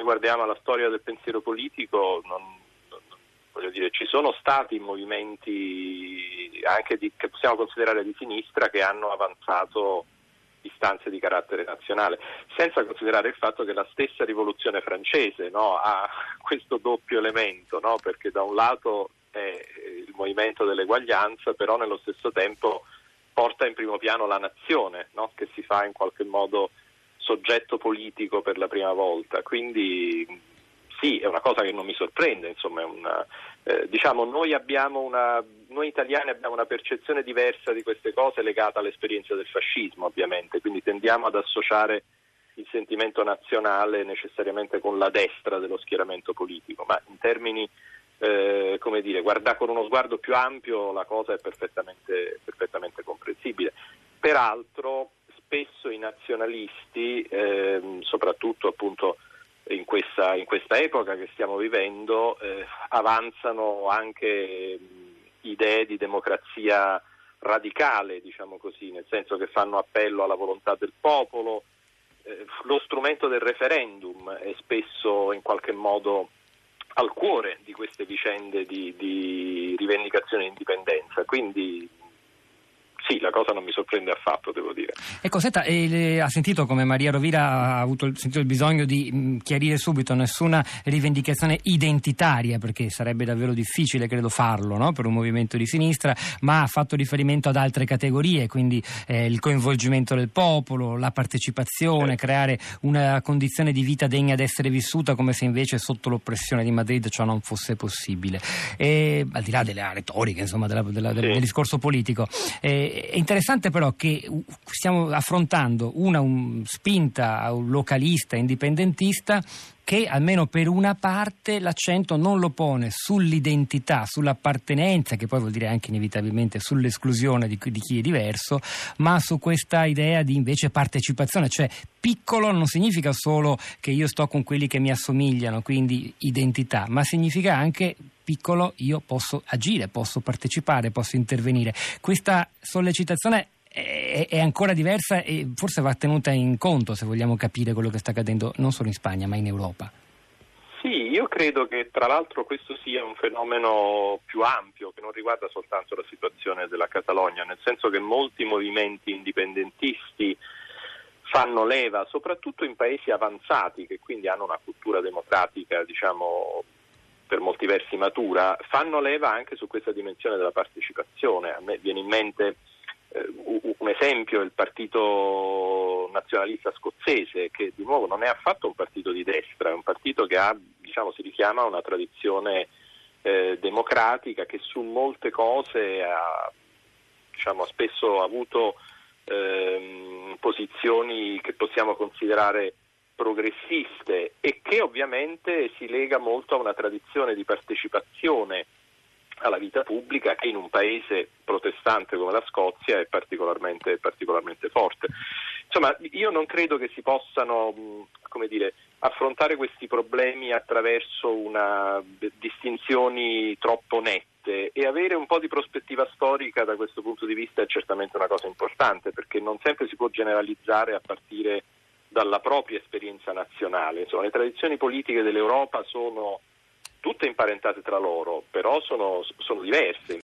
guardiamo alla storia del pensiero politico, voglio dire, ci sono stati movimenti anche che possiamo considerare di sinistra che hanno avanzato istanze di carattere nazionale, senza considerare il fatto che la stessa rivoluzione francese, no, ha questo doppio elemento, no, perché da un lato è il movimento dell'eguaglianza, però nello stesso tempo porta in primo piano la nazione, no, che si fa in qualche modo soggetto politico per la prima volta. Quindi sì, è una cosa che non mi sorprende, insomma, noi italiani abbiamo una percezione diversa di queste cose legata all'esperienza del fascismo, ovviamente, quindi tendiamo ad associare il sentimento nazionale necessariamente con la destra dello schieramento politico, ma in termini guardare con uno sguardo più ampio la cosa è perfettamente comprensibile. Peraltro spesso i nazionalisti, soprattutto appunto in questa epoca che stiamo vivendo, avanzano anche idee di democrazia radicale, diciamo così, nel senso che fanno appello alla volontà del popolo. Lo strumento del referendum è spesso in qualche modo al cuore di queste vicende di rivendicazione di indipendenza, quindi sì, la cosa non mi sorprende affatto, devo dire. Ecco, senta, ha sentito come Maria Rovira ha sentito il bisogno di chiarire subito nessuna rivendicazione identitaria, perché sarebbe davvero difficile, credo, farlo, no? Per un movimento di sinistra, ma ha fatto riferimento ad altre categorie, quindi il coinvolgimento del popolo, la partecipazione, creare una condizione di vita degna d'essere vissuta, come se invece sotto l'oppressione di Madrid ciò non fosse possibile. Al di là della retorica, insomma, del discorso politico. È interessante però che stiamo affrontando una spinta localista, indipendentista, che almeno per una parte l'accento non lo pone sull'identità, sull'appartenenza, che poi vuol dire anche inevitabilmente sull'esclusione di chi è diverso, ma su questa idea di invece partecipazione, cioè piccolo non significa solo che io sto con quelli che mi assomigliano, quindi identità, ma significa anche piccolo, io posso agire, posso partecipare, posso intervenire. Questa sollecitazione è ancora diversa e forse va tenuta in conto se vogliamo capire quello che sta accadendo non solo in Spagna ma in Europa. Sì, io credo che tra l'altro questo sia un fenomeno più ampio che non riguarda soltanto la situazione della Catalogna, nel senso che molti movimenti indipendentisti fanno leva, soprattutto in paesi avanzati che quindi hanno una cultura democratica, diciamo, per molti versi matura, fanno leva anche su questa dimensione della partecipazione. A me viene in mente un esempio, il partito nazionalista scozzese, che di nuovo non è affatto un partito di destra, è un partito che si richiama a una tradizione democratica, che su molte cose ha spesso avuto posizioni che possiamo considerare progressiste e che ovviamente si lega molto a una tradizione di partecipazione alla vita pubblica che in un paese protestante come la Scozia è particolarmente forte. Insomma, io non credo che si possano, affrontare questi problemi attraverso distinzioni troppo nette, e avere un po' di prospettiva storica da questo punto di vista è certamente una cosa importante, perché non sempre si può generalizzare a partire dalla propria esperienza nazionale. Insomma, le tradizioni politiche dell'Europa sono tutte imparentate tra loro, però sono diverse.